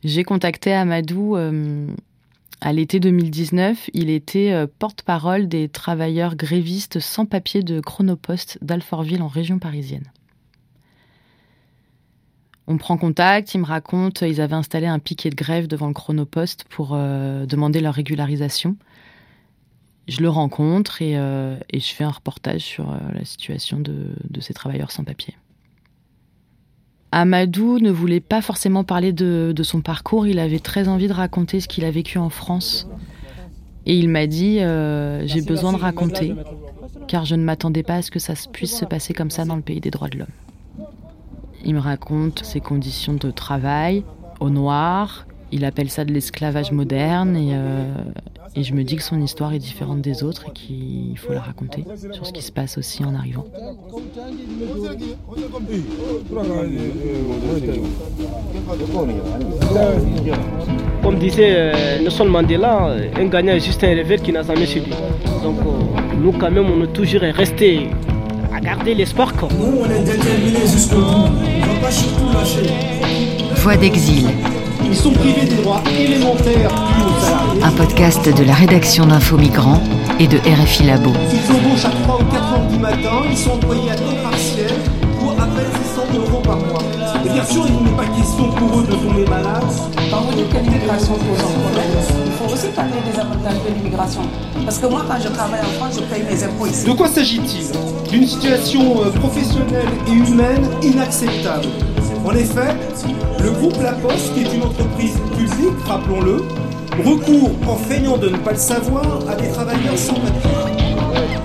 J'ai contacté Amadou à l'été 2019. Il était porte-parole des travailleurs grévistes sans papier de Chronopost d'Alfortville en région parisienne. On prend contact, il me raconte, ils avaient installé un piquet de grève devant le Chronopost pour demander leur régularisation. Je le rencontre et je fais un reportage sur la situation de ces travailleurs sans papier. Amadou ne voulait pas forcément parler de son parcours, il avait très envie de raconter ce qu'il a vécu en France. Et il m'a dit « J'ai besoin de raconter, car je ne m'attendais pas à ce que ça puisse se passer comme ça dans le pays des droits de l'homme. » Il me raconte ses conditions de travail, au noir, il appelle ça de l'esclavage moderne et je me dis que son histoire est différente des autres et qu'il faut la raconter sur ce qui se passe aussi en arrivant. Comme disait Nelson Mandela, un gagnant est juste un rêveur qui n'a jamais suivi. Donc nous quand même on est toujours resté à garder l'espoir. Nous on est déterminés jusqu'au bout, on ne va pas surtout lâcher. Voix d'exil. Ils sont privés des droits élémentaires dus aux salariés. Un podcast de la rédaction d'Info Migrants et de RFI Labo. Ils embauchent à 3 ou 4 heures du matin, ils sont employés à temps partiel pour à peine 600 € par mois. Et bien sûr, il n'est pas question pour eux de tomber malades. Quand vous dites que l'immigration pose un problème, il faut aussi parler des avantages de l'immigration. Parce que moi, quand je travaille en France, je paye mes impôts ici. De quoi s'agit-il? D'une situation professionnelle et humaine inacceptable. En effet, le groupe La Poste, qui est une entreprise publique, rappelons-le, recourt, en feignant de ne pas le savoir, à des travailleurs sans papier.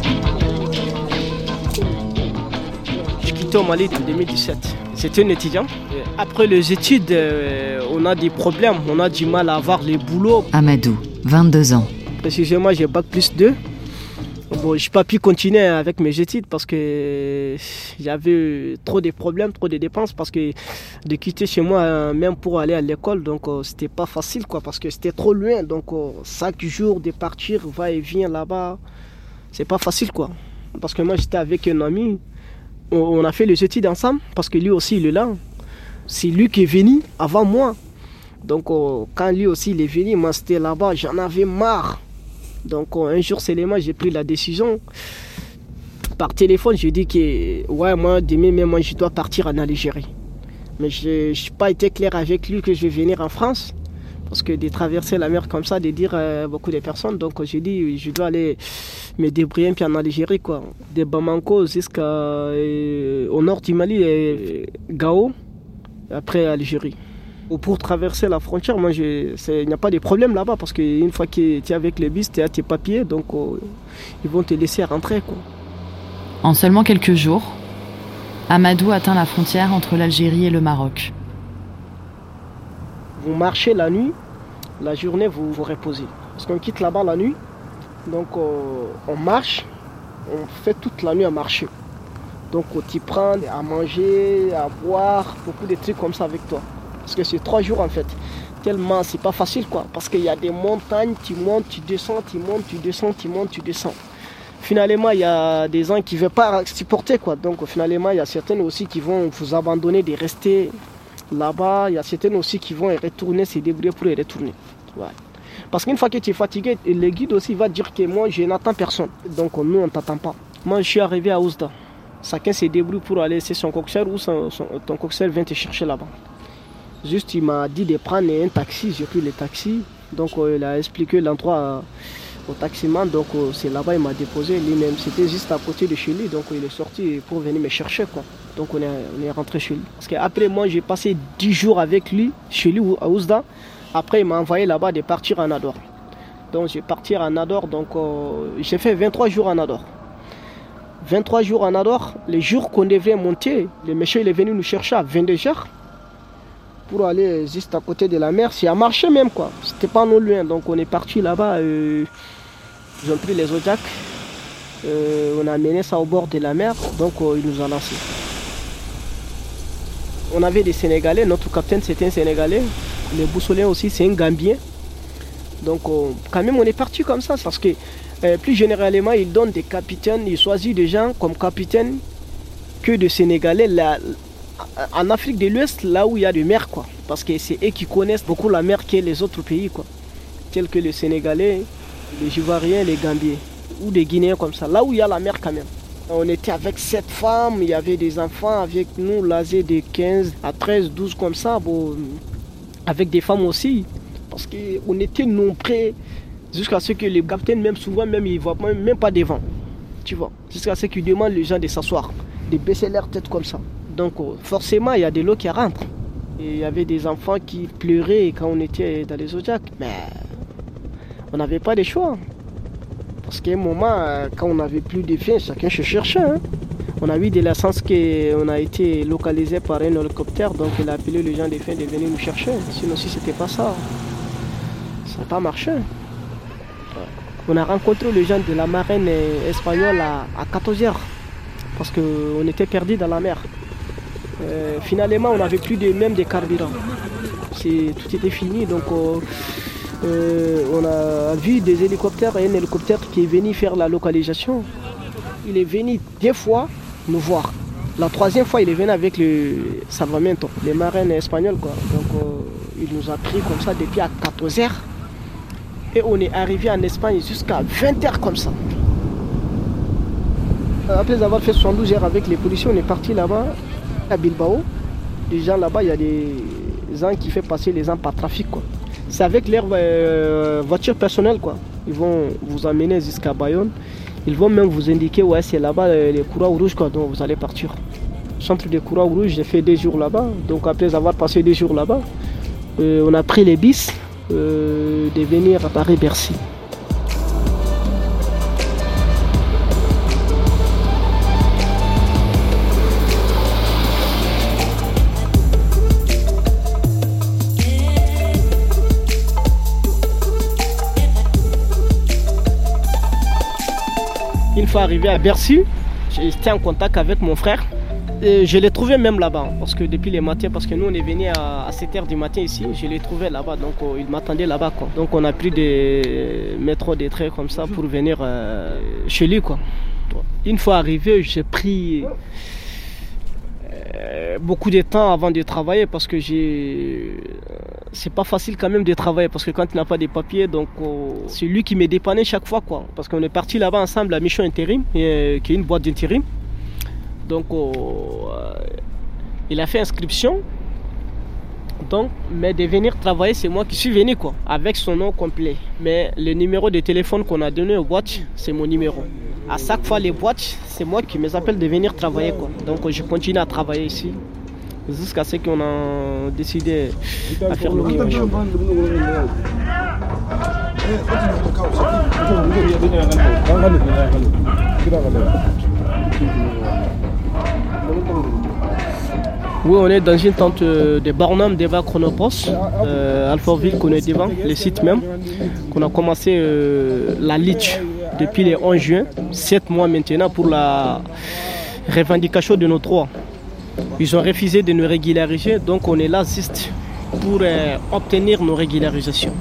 J'ai quitté au Mali en 2017. J'étais un étudiant. Après les études, on a des problèmes, on a du mal à avoir les boulots. Amadou, 22 ans. Précisément, j'ai Bac+2. Bon, je n'ai pas pu continuer avec mes études parce que j'avais trop de problèmes, trop de dépenses parce que de quitter chez moi même pour aller à l'école, donc c'était pas facile quoi parce que c'était trop loin. Donc chaque jour de partir, va et vient là-bas, c'est pas facile quoi. Parce que moi j'étais avec un ami, on a fait les études ensemble parce que lui aussi il est là. C'est lui qui est venu avant moi. Donc quand lui aussi il est venu, moi c'était là-bas, j'en avais marre. Donc un jour seulement j'ai pris la décision par téléphone, je dis que ouais moi demain même moi je dois partir en Algérie. Mais je n'ai pas été clair avec lui que je vais venir en France parce que de traverser la mer comme ça, de dire beaucoup de personnes, donc j'ai dit je dois aller me débrouiller puis en Algérie quoi, de Bamako jusqu'au nord du Mali et Gao, après Algérie. Pour traverser la frontière, moi, il n'y a pas de problème là-bas parce qu'une fois que tu es avec les bus, tu as tes papiers, donc ils vont te laisser rentrer. Quoi. En seulement quelques jours, Amadou atteint la frontière entre l'Algérie et le Maroc. Vous marchez la nuit, la journée vous vous reposez. Parce qu'on quitte là-bas la nuit, donc on marche, on fait toute la nuit à marcher. Donc tu prends à manger, à boire, beaucoup de trucs comme ça avec toi. Parce que c'est 3 jours en fait. Tellement c'est pas facile quoi. Parce qu'il y a des montagnes, tu montes, tu descends, tu montes, tu descends, tu montes, tu descends. Finalement, il y a des gens qui ne veulent pas supporter quoi. Donc finalement, il y a certaines aussi qui vont vous abandonner de rester là-bas. Il y a certaines aussi qui vont retourner, se débrouiller pour y retourner. Ouais. Parce qu'une fois que tu es fatigué, le guide aussi va dire que moi je n'attends personne. Donc nous on ne t'attend pas. Moi je suis arrivé à Oujda. Chacun se débrouille pour aller chez son coxeur ou ton coxeur vient te chercher là-bas. Juste, il m'a dit de prendre un taxi, j'ai pris le taxi. Donc, il a expliqué l'endroit au taximan. Donc, c'est là-bas, il m'a déposé lui-même. C'était juste à côté de chez lui. Donc, il est sorti pour venir me chercher. Quoi. Donc, on est rentré chez lui. Parce qu'après, moi, j'ai passé 10 jours avec lui, chez lui, à Oujda. Après, il m'a envoyé là-bas de partir en Nador. Donc, j'ai parti en Nador. Donc, j'ai fait 23 jours en Nador. 23 jours en Nador. Les jours qu'on devait monter, le monsieur il est venu nous chercher à 22h. Pour aller juste à côté de la mer, c'est à marcher même quoi, c'était pas non loin, donc on est parti là-bas, ils ont pris les Zodiacs, on a mené ça au bord de la mer, donc ils nous ont lancé. On avait des Sénégalais, notre capitaine c'était un Sénégalais, le boussolien aussi c'est un Gambien, donc quand même on est parti comme ça, parce que plus généralement ils donnent des capitaines, ils choisissent des gens comme capitaine que des Sénégalais. en Afrique de l'Ouest, là où il y a des mers, quoi. Parce que c'est eux qui connaissent beaucoup la mer que les autres pays, quoi. Tels que les Sénégalais, les Ivoiriens, les Gambiens, ou des Guinéens comme ça. Là où il y a la mer quand même. On était avec 7 femmes, il y avait des enfants avec nous, l'âge de 15 à 13, 12 comme ça, bon, avec des femmes aussi. Parce qu'on était nombreux jusqu'à ce que les capitaines, même souvent, même, ils ne voient même pas devant. Tu vois, jusqu'à ce qu'ils demandent les gens de s'asseoir, de baisser leur tête comme ça. Donc forcément, il y a de l'eau qui rentre. Et il y avait des enfants qui pleuraient quand on était dans les Zodiacs. Mais on n'avait pas de choix. Parce qu'à un moment, quand on n'avait plus de faim, chacun se cherchait. Hein. On a eu de la chance qu'on a été localisé par un hélicoptère, donc il a appelé les gens de faim de venir nous chercher. Sinon, si ce n'était pas ça, ça n'a pas marché. On a rencontré les gens de la marine espagnole à 14h, parce qu'on était perdus dans la mer. Finalement, on n'avait plus même de carburant. Tout était fini, donc on a vu des hélicoptères et un hélicoptère qui est venu faire la localisation. Il est venu 2 fois nous voir. La 3e fois, il est venu avec le Salvamento, les marines espagnols, quoi. Donc il nous a pris comme ça depuis à 14h. Et on est arrivé en Espagne jusqu'à 20h comme ça. Après avoir fait 72 heures avec les policiers, on est parti là-bas, à Bilbao. Les gens là-bas, il y a des gens qui font passer les gens par trafic, quoi. C'est avec leur voiture personnelle, quoi. Ils vont vous amener jusqu'à Bayonne. Ils vont même vous indiquer, ouais, c'est là-bas les Croix-Rouges, quoi, dont vous allez partir. Centre de Croix-Rouge, j'ai fait 2 jours là-bas. Donc après avoir passé 2 jours là-bas, on a pris les bis de venir à Paris-Bercy. Une fois arrivé à Bercy, j'étais en contact avec mon frère. Et je l'ai trouvé même là-bas, parce que depuis les matins, parce que nous on est venu à 7h du matin ici, je l'ai trouvé là-bas, donc il m'attendait là-bas, quoi. Donc on a pris des métros, des trains comme ça pour venir chez lui, quoi. Une fois arrivé, j'ai pris beaucoup de temps avant de travailler, parce que c'est pas facile quand même de travailler, parce que quand tu n'as pas de papiers, donc c'est lui qui me dépannait chaque fois, quoi. Parce qu'on est parti là-bas ensemble à Mission Intérim, qui est une boîte d'intérim. Donc il a fait inscription, donc, mais de venir travailler, c'est moi qui suis venu, quoi, avec son nom complet. Mais le numéro de téléphone qu'on a donné aux boîtes, c'est mon numéro. À chaque fois les boîtes, c'est moi qui me appelle de venir travailler, quoi. Donc je continue à travailler ici jusqu'à ce qu'on a décidé à faire l'occupation. Oui, on est dans une tente de Barnum, Deva, Chronopost, Alfortville, qu'on est devant, le site même, qu'on a commencé la Litch depuis le 11 juin, 7 mois maintenant pour la revendication de nos droits. Ils ont refusé de nous régulariser, donc on est là juste pour obtenir nos régularisations.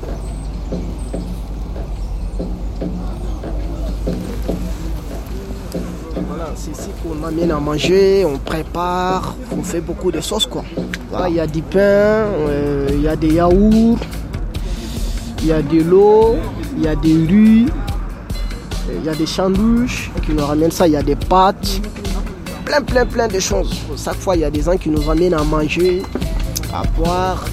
C'est ici qu'on amène à manger, on prépare, on fait beaucoup de sauces, quoi. Là, il y a du pain, il y a des yaourts, il y a de l'eau, il y a des riz, il y a des sandwichs qui nous ramènent ça, il y a des pâtes, plein de choses. Chaque fois, il y a des gens qui nous amènent à manger, à boire.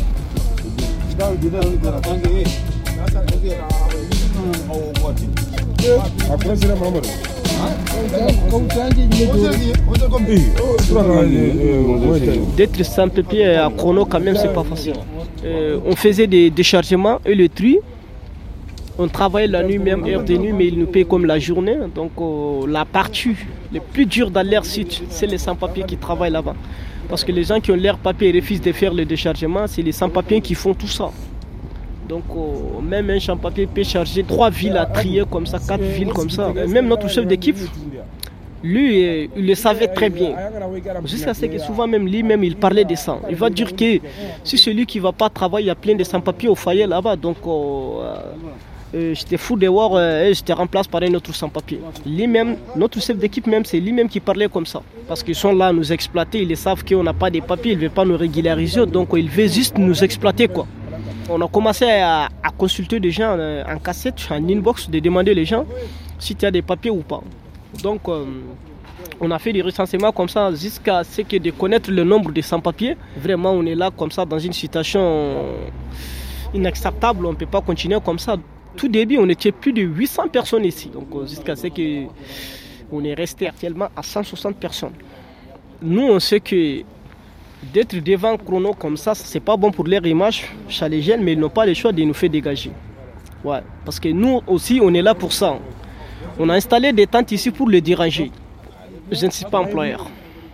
D'être sans papier à chrono, quand même, c'est pas facile. On faisait des déchargements et le tri. On travaillait la nuit, même heure de nuit, mais ils nous payent comme la journée. Donc la partie le plus dur dans leur site, c'est les sans-papiers qui travaillent là-bas. Parce que les gens qui ont leur papier et refusent de faire le déchargement, c'est les sans-papiers qui font tout ça. Donc même un sans-papier peut charger 3 villes à trier comme ça, 4 villes comme ça. Et même notre chef d'équipe, lui, il le savait très bien. Jusqu'à ce que souvent même lui-même, il parlait de ça. Il va dire que si celui qui ne va pas travailler, il y a plein de sans-papiers au foyer là-bas. Donc J'étais fou de voir et j'étais remplacé par un autre sans-papier. Lui-même, notre chef d'équipe même, c'est lui-même qui parlait comme ça. Parce qu'ils sont là à nous exploiter, ils savent qu'on n'a pas de papiers, ils ne veulent pas nous régulariser, donc ils veulent juste nous exploiter, quoi. On a commencé à consulter des gens en cassette, en inbox, de demander les gens si tu as des papiers ou pas. Donc on a fait des recensements comme ça jusqu'à ce que de connaître le nombre de sans-papiers. Vraiment, on est là comme ça dans une situation inacceptable, on ne peut pas continuer comme ça. Tout début, on était plus de 800 personnes ici. Donc jusqu'à ce qu'on est resté actuellement à 160 personnes. Nous, on sait que d'être devant Chrono comme ça, c'est pas bon pour leur image chez les jeunes, mais ils n'ont pas le choix de nous faire dégager. Ouais, parce que nous aussi, on est là pour ça. On a installé des tentes ici pour les déranger. Je ne suis pas employeur.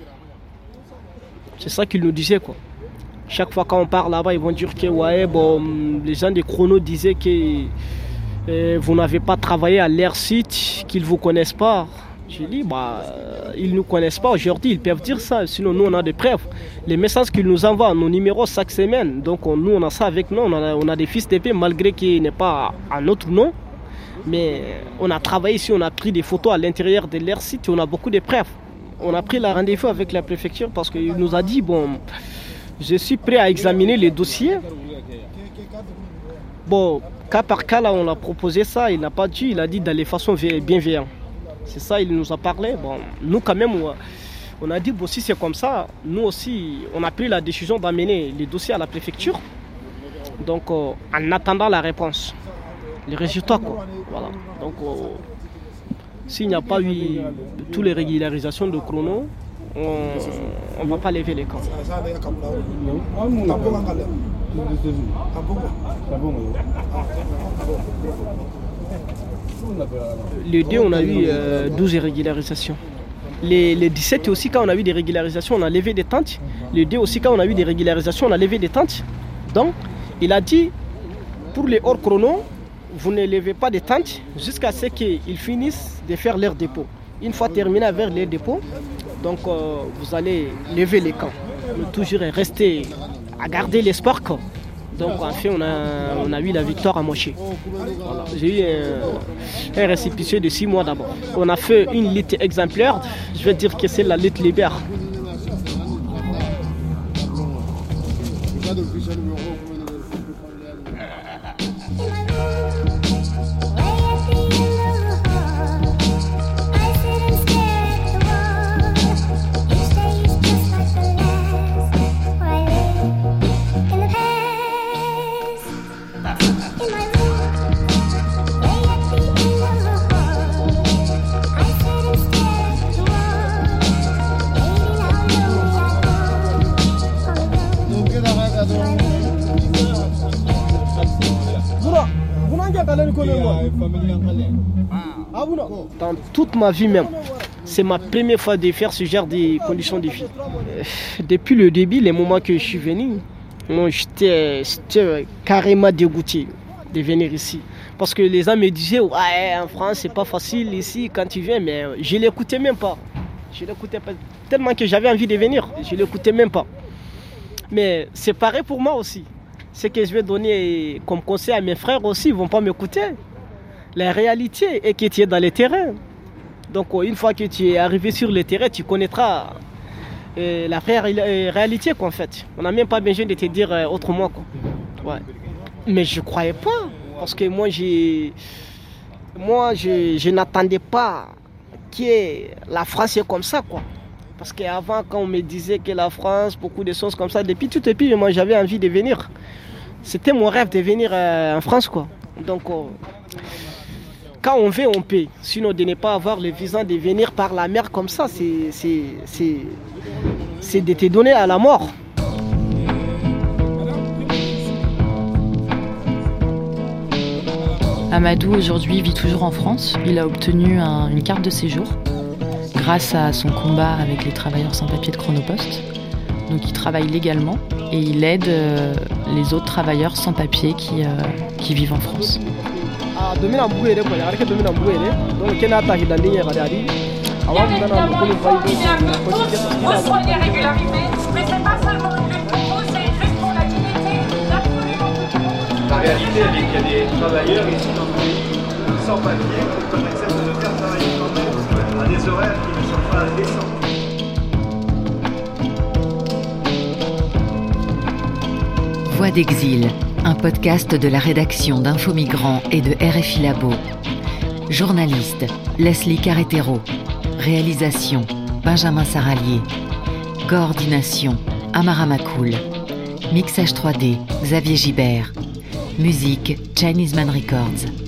C'est ça qu'ils nous disaient, quoi. Chaque fois quand on part là-bas, ils vont dire que ouais, bon, les gens de Chrono disaient que vous n'avez pas travaillé à leur site, qu'ils ne vous connaissent pas. J'ai dit, ils ne nous connaissent pas aujourd'hui, ils peuvent dire ça, sinon nous on a des preuves. Les messages qu'ils nous envoient, nos numéros chaque semaine, donc nous on a ça avec nous, on a des fiches d'épée malgré qu'il n'est pas à notre nom. Mais on a travaillé ici, on a pris des photos à l'intérieur de leur site, on a beaucoup de preuves. On a pris la rendez-vous avec la préfecture parce qu'il nous a dit, bon, je suis prêt à examiner les dossiers. Bon, cas par cas, là, on a proposé ça, il n'a pas dit, il a dit d'aller de façon bienveillante. C'est ça, il nous a parlé. Bon, nous, quand même, on a dit, bon, si c'est comme ça, nous aussi, on a pris la décision d'amener les dossiers à la préfecture. Donc, en attendant la réponse, les résultats, quoi. Voilà. Donc, s'il n'y a pas eu toutes les régularisations de Chrono, on ne va pas lever les camps. Le 2, on a eu 12 régularisations. Les 17 aussi, quand on a eu des régularisations, on a levé des tentes. Le 2 aussi, quand on a eu des régularisations, on a levé des tentes. Donc, il a dit, pour les hors chrono, vous ne levez pas de tentes jusqu'à ce qu'ils finissent de faire leur dépôt. Une fois terminé avec leur dépôt, donc vous allez lever les camps. Mais toujours rester à garder l'espoir. Donc en fait, on a eu la victoire à Moché. Voilà. J'ai eu un récépissé de 6 mois d'abord. On a fait une lutte exemplaire. Je vais dire que c'est la lutte libère. Dans toute ma vie même, c'est ma première fois de faire ce genre de conditions de vie. Depuis le début, les moments que je suis venu, j'étais carrément dégoûté de venir ici. Parce que les gens me disaient, ouais, en France, c'est pas facile ici quand tu viens, mais je l'écoutais même pas. Je l'écoutais pas tellement que j'avais envie de venir, je l'écoutais même pas. Mais c'est pareil pour moi aussi. Ce que je vais donner comme conseil à mes frères aussi, ils ne vont pas m'écouter. La réalité est que tu es dans les terrains. Donc une fois que tu es arrivé sur le terrain, tu connaîtras la réalité, quoi, en fait. On n'a même pas besoin de te dire autrement, quoi. Ouais. Mais je ne croyais pas. Parce que moi, je n'attendais pas que la France est comme ça, quoi. Parce qu'avant, quand on me disait que la France, beaucoup de choses comme ça, depuis tout petit, moi j'avais envie de venir. C'était mon rêve de venir en France, quoi. Donc, quand on veut, on peut. Sinon, de ne pas avoir le visa de venir par la mer comme ça, c'est de te donner à la mort. Amadou, aujourd'hui, vit toujours en France. Il a obtenu une carte de séjour grâce à son combat avec les travailleurs sans papier de Chronopost. Donc il travaille légalement et il aide les autres travailleurs sans papier qui vivent en France. Reçoit les régularités, mais c'est pas seulement une lutte pour vous, c'est une lutte pour la dignité d'absolument tout le monde. réalité, c'est qu'il y a des travailleurs ici dans le pays sans papier qu'on accepte de faire travailler quand même à des horaires qui ne sont pas décents. Voix d'exil, un podcast de la rédaction d'Info Migrants et de RFI Labo. Journaliste, Leslie Carretero. Réalisation, Benjamin Saralier. Coordination, Amara Makoul. Mixage 3D, Xavier Gibert. Musique, Chinese Man Records.